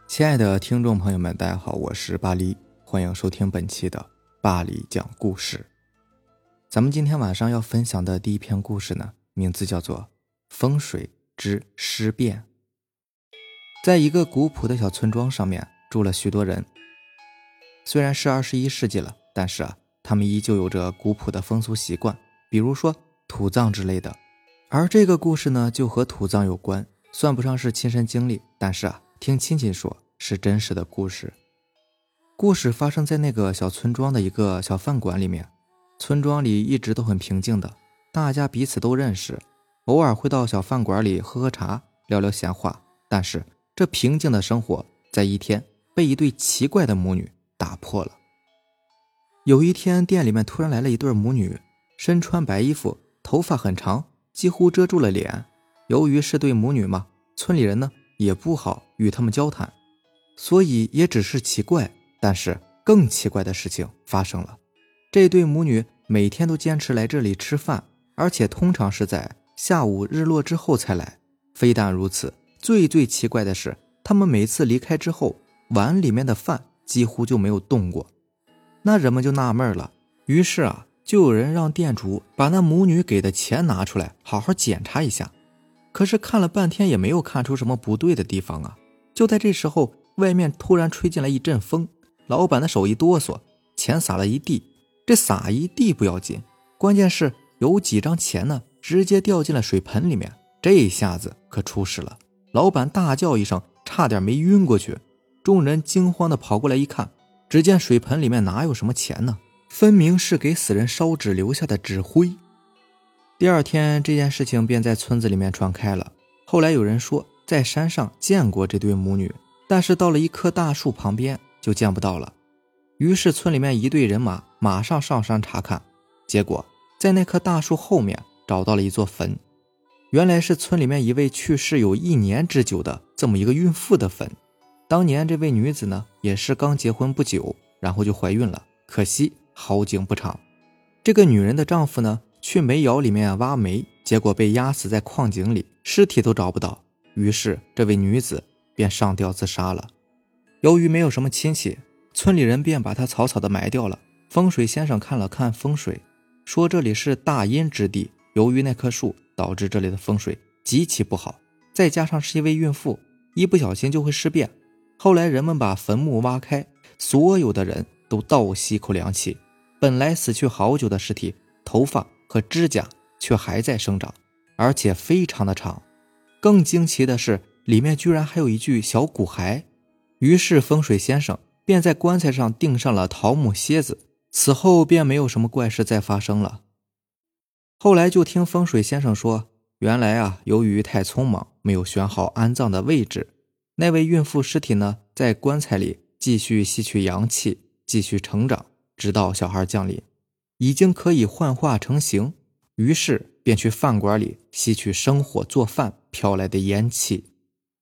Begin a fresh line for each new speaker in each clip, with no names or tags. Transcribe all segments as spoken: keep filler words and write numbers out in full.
亲爱的听众朋友们，大家好，我是巴黎，欢迎收听本期的巴黎讲故事。咱们今天晚上要分享的第一篇故事呢，名字叫做《风水之尸变》。在一个古朴的小村庄上面住了许多人，虽然是二十一世纪了，但是啊，他们依旧有着古朴的风俗习惯，比如说土葬之类的。而这个故事呢，就和土葬有关，算不上是亲身经历，但是啊，听亲戚说是真实的故事。故事发生在那个小村庄的一个小饭馆里面。村庄里一直都很平静的，大家彼此都认识，偶尔会到小饭馆里喝喝茶，聊聊闲话。但是这平静的生活在一天被一对奇怪的母女打破了。有一天，店里面突然来了一对母女，身穿白衣服，头发很长，几乎遮住了脸。由于是对母女嘛，村里人呢也不好与他们交谈，所以也只是奇怪。但是更奇怪的事情发生了，这对母女每天都坚持来这里吃饭，而且通常是在下午日落之后才来。非但如此，最最奇怪的是，他们每次离开之后，碗里面的饭几乎就没有动过。那人们就纳闷了，于是啊，就有人让店主把那母女给的钱拿出来，好好检查一下。可是看了半天也没有看出什么不对的地方啊。就在这时候，外面突然吹进来一阵风，老板的手一哆嗦，钱洒了一地。这洒一地不要紧，关键是有几张钱呢，直接掉进了水盆里面。这一下子可出事了，老板大叫一声，差点没晕过去。众人惊慌地跑过来一看，只见水盆里面哪有什么钱呢，分明是给死人烧纸留下的纸灰。第二天，这件事情便在村子里面传开了。后来有人说在山上见过这对母女，但是到了一棵大树旁边就见不到了。于是村里面一队人马马上上山查看，结果在那棵大树后面找到了一座坟。原来是村里面一位去世有一年之久的这么一个孕妇的坟。当年这位女子呢，也是刚结婚不久，然后就怀孕了，可惜好景不长。这个女人的丈夫呢，去煤窑里面挖煤，结果被压死在矿井里，尸体都找不到。于是这位女子便上吊自杀了。由于没有什么亲戚，村里人便把她草草的埋掉了。风水先生看了看风水，说这里是大阴之地，由于那棵树导致这里的风水极其不好，再加上是一位孕妇，一不小心就会尸变。后来人们把坟墓挖开，所有的人都倒吸一口凉气，本来死去好久的尸体，头发和指甲却还在生长，而且非常的长。更惊奇的是，里面居然还有一具小骨骸。于是风水先生便在棺材上钉上了桃木楔子，此后便没有什么怪事再发生了。后来就听风水先生说，原来啊，由于太匆忙，没有选好安葬的位置，那位孕妇尸体呢，在棺材里继续吸取阳气，继续成长，直到小孩降临，已经可以幻化成形，于是便去饭馆里吸取生火做饭飘来的烟气。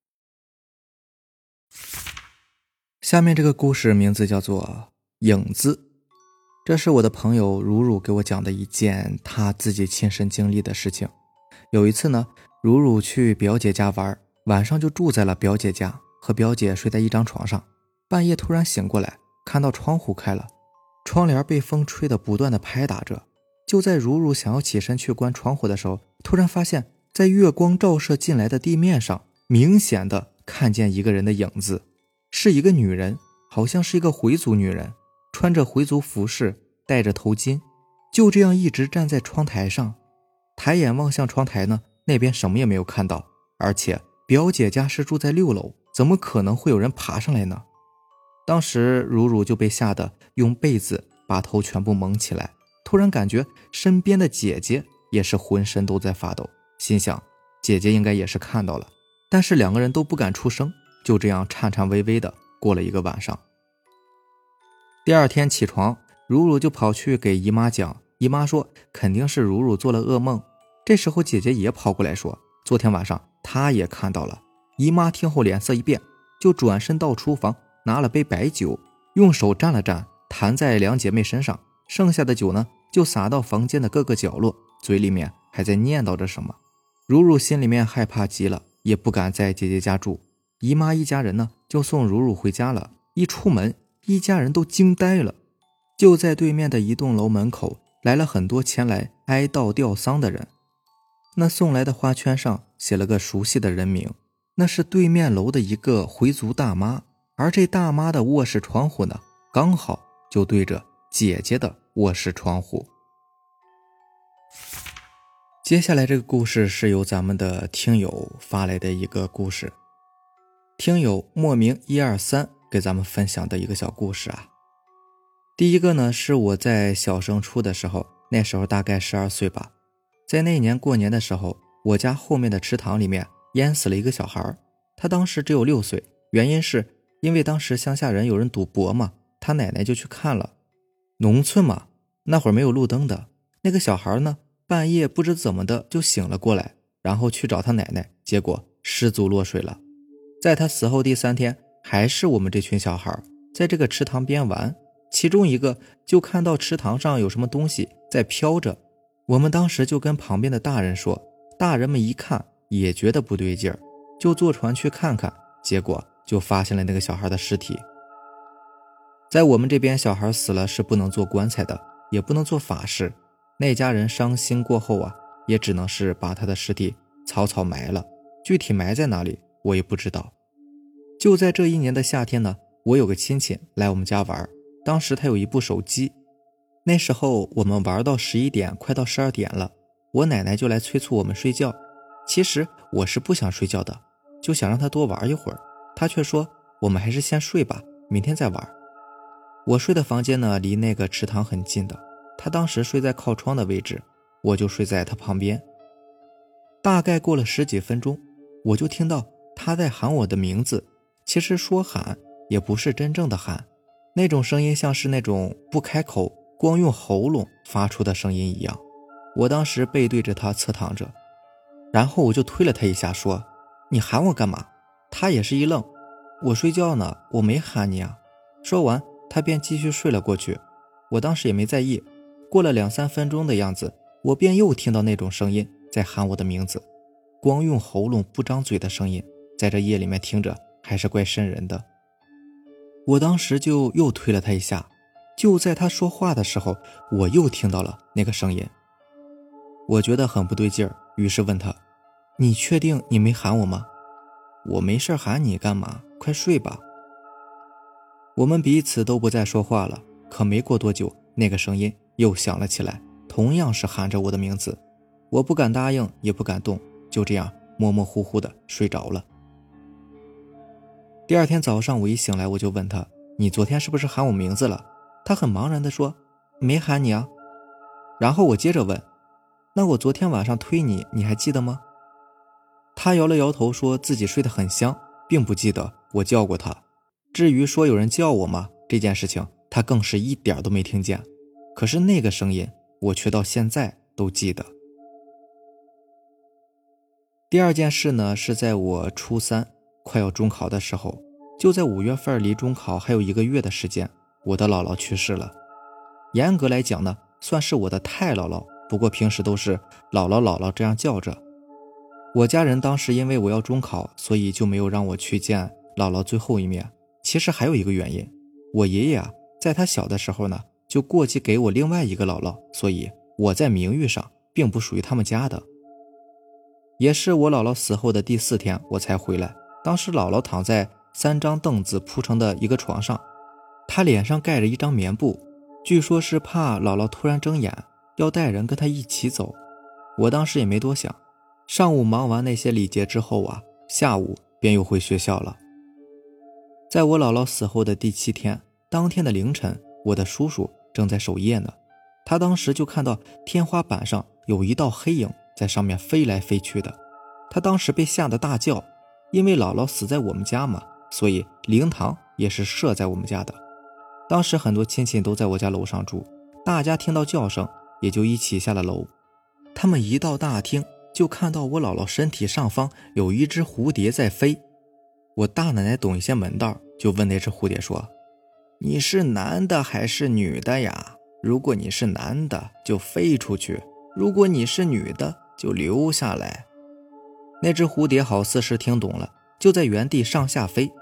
下面这个故事名字叫做影子。这是我的朋友如如给我讲的一件他自己亲身经历的事情。有一次呢，如如去表姐家玩，晚上就住在了表姐家，和表姐睡在一张床上。半夜突然醒过来，看到窗户开了，窗帘被风吹得不断的拍打着。就在如如想要起身去关窗户的时候，突然发现在月光照射进来的地面上，明显的看见一个人的影子，是一个女人，好像是一个回族女人，穿着回族服饰，戴着头巾，就这样一直站在窗台上。抬眼望向窗台呢，那边什么也没有看到，而且表姐家是住在六楼，怎么可能会有人爬上来呢？当时如如就被吓得用被子把头全部蒙起来，突然感觉身边的姐姐也是浑身都在发抖，心想姐姐应该也是看到了，但是两个人都不敢出声，就这样颤颤巍巍的过了一个晚上。第二天起床，如如就跑去给姨妈讲，姨妈说肯定是如如做了噩梦。这时候姐姐也跑过来说，昨天晚上她也看到了。姨妈听后脸色一变，就转身到厨房拿了杯白酒，用手蘸了蘸，弹在两姐妹身上，剩下的酒呢就洒到房间的各个角落，嘴里面还在念叨着什么。如如心里面害怕极了，也不敢在姐姐家住。姨妈一家人呢就送如如回家了。一出门，一家人都惊呆了。就在对面的一栋楼门口，来了很多前来哀悼吊丧的人。那送来的花圈上写了个熟悉的人名，那是对面楼的一个回族大妈，而这大妈的卧室窗户呢，刚好就对着姐姐的卧室窗户。接下来这个故事是由咱们的听友发来的一个故事，听友莫名一二三给咱们分享的一个小故事啊。第一个呢，是我在小升初的时候，那时候大概十二岁吧，在那年过年的时候，我家后面的池塘里面淹死了一个小孩，他当时只有六岁，原因是因为当时乡下人有人赌博嘛，他奶奶就去看了。农村嘛，那会儿没有路灯的，那个小孩呢，半夜不知怎么的就醒了过来，然后去找他奶奶，结果失足落水了。在他死后第三天，还是我们这群小孩在这个池塘边玩，其中一个就看到池塘上有什么东西在飘着，我们当时就跟旁边的大人说，大人们一看也觉得不对劲儿，就坐船去看看，结果就发现了那个小孩的尸体。在我们这边，小孩死了是不能做棺材的，也不能做法事，那家人伤心过后啊，也只能是把他的尸体草草埋了，具体埋在哪里我也不知道。就在这一年的夏天呢，我有个亲戚来我们家玩，当时他有一部手机，那时候我们玩到十一点快到十二点了，我奶奶就来催促我们睡觉。其实我是不想睡觉的，就想让他多玩一会儿，他却说我们还是先睡吧，明天再玩。我睡的房间呢，离那个池塘很近的，他当时睡在靠窗的位置，我就睡在他旁边。大概过了十几分钟，我就听到他在喊我的名字，其实说喊也不是真正的喊，那种声音像是那种不开口光用喉咙发出的声音一样。我当时背对着他侧躺着，然后我就推了他一下说，你喊我干嘛？他也是一愣，我睡觉呢，我没喊你啊。说完他便继续睡了过去，我当时也没在意。过了两三分钟的样子，我便又听到那种声音在喊我的名字，光用喉咙不张嘴的声音，在这夜里面听着还是怪瘆人的。我当时就又推了他一下，就在他说话的时候，我又听到了那个声音。我觉得很不对劲儿，于是问他，你确定你没喊我吗？我没事喊你干嘛，快睡吧。我们彼此都不再说话了，可没过多久，那个声音又响了起来，同样是喊着我的名字。我不敢答应，也不敢动，就这样模模糊糊的睡着了。第二天早上我一醒来，我就问他，你昨天是不是喊我名字了？他很茫然地说，没喊你啊。然后我接着问，那我昨天晚上推你，你还记得吗？他摇了摇头，说自己睡得很香，并不记得我叫过他。至于说有人叫我吗，这件事情他更是一点都没听见，可是那个声音我却到现在都记得。第二件事呢，是在我初三快要中考的时候，就在五月份离中考还有一个月的时间，我的姥姥去世了。严格来讲呢，算是我的太姥姥，不过平时都是姥姥姥姥这样叫着。我家人当时因为我要中考，所以就没有让我去见姥姥最后一面。其实还有一个原因，我爷爷啊，在他小的时候呢，就过继给我另外一个姥姥，所以我在名誉上并不属于他们家的。也是我姥姥死后的第四天我才回来，当时姥姥躺在三张凳子铺成的一个床上，她脸上盖着一张棉布，据说是怕姥姥突然睁眼，要带人跟她一起走。我当时也没多想，上午忙完那些礼节之后啊，下午便又回学校了。在我姥姥死后的第七天，当天的凌晨，我的叔叔正在守夜呢，他当时就看到天花板上有一道黑影在上面飞来飞去的，他当时被吓得大叫，因为姥姥死在我们家嘛，所以灵堂也是设在我们家的。当时很多亲戚都在我家楼上住，大家听到叫声也就一起下了楼。他们一到大厅，就看到我姥姥身体上方有一只蝴蝶在飞。我大奶奶懂一些门道，就问那只蝴蝶说，你是男的还是女的呀？如果你是男的就飞出去，如果你是女的就留下来。那只蝴蝶好似是听懂了，就在原地上下飞。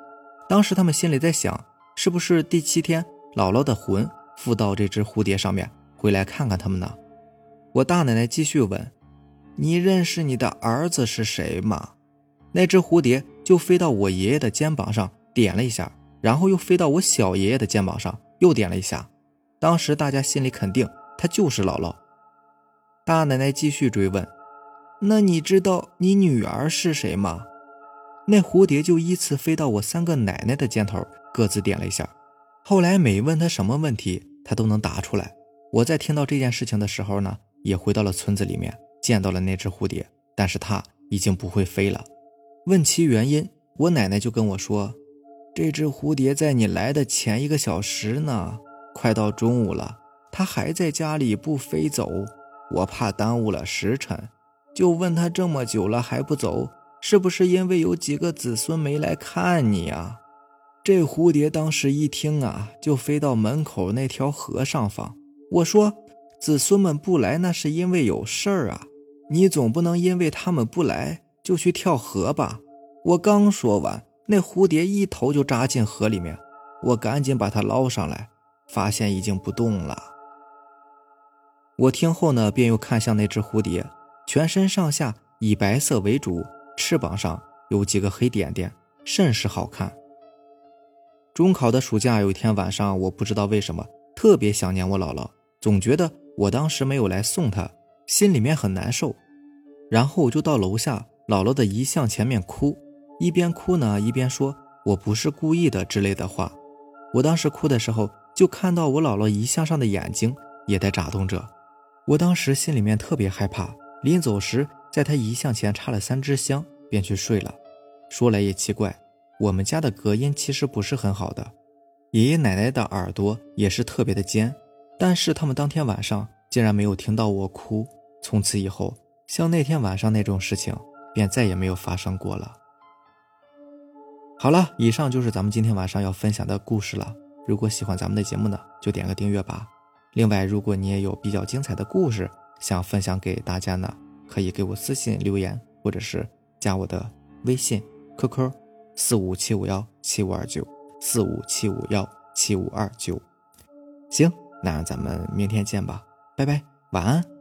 当时他们心里在想，是不是第七天姥姥的魂附到这只蝴蝶上面，回来看看他们呢？我大奶奶继续问，你认识你的儿子是谁吗？那只蝴蝶就飞到我爷爷的肩膀上点了一下，然后又飞到我小爷爷的肩膀上又点了一下。当时大家心里肯定她就是姥姥。大奶奶继续追问，那你知道你女儿是谁吗？那蝴蝶就依次飞到我三个奶奶的肩头各自点了一下。后来每问她什么问题她都能答出来。我在听到这件事情的时候呢，也回到了村子里面，见到了那只蝴蝶，但是它已经不会飞了。问其原因，我奶奶就跟我说，这只蝴蝶在你来的前一个小时呢，快到中午了，它还在家里不飞走，我怕耽误了时辰，就问它这么久了还不走，是不是因为有几个子孙没来看你啊？这蝴蝶当时一听啊，就飞到门口那条河上方。我说，子孙们不来那是因为有事儿啊，你总不能因为他们不来就去跳河吧。我刚说完，那蝴蝶一头就扎进河里面，我赶紧把它捞上来，发现已经不动了。我听后呢，便又看向那只蝴蝶，全身上下以白色为主，翅膀上有几个黑点点，甚是好看。中考的暑假有一天晚上，我不知道为什么特别想念我姥姥，总觉得我当时没有来送她，心里面很难受。然后我就到楼下姥姥的遗像前面哭，一边哭呢一边说我不是故意的之类的话。我当时哭的时候，就看到我姥姥遗像上的眼睛也在眨动着。我当时心里面特别害怕，临走时在她遗像前插了三支香，便去睡了。说来也奇怪，我们家的隔音其实不是很好的，爷爷奶奶的耳朵也是特别的尖，但是他们当天晚上竟然没有听到我哭。从此以后，像那天晚上那种事情便再也没有发生过了。好了，以上就是咱们今天晚上要分享的故事了。如果喜欢咱们的节目呢，就点个订阅吧。另外，如果你也有比较精彩的故事想分享给大家呢，可以给我私信留言，或者是加我的微信 Q Q 四五七五一七五二九 四五七五一七五二九。行，那咱们明天见吧，拜拜，晚安。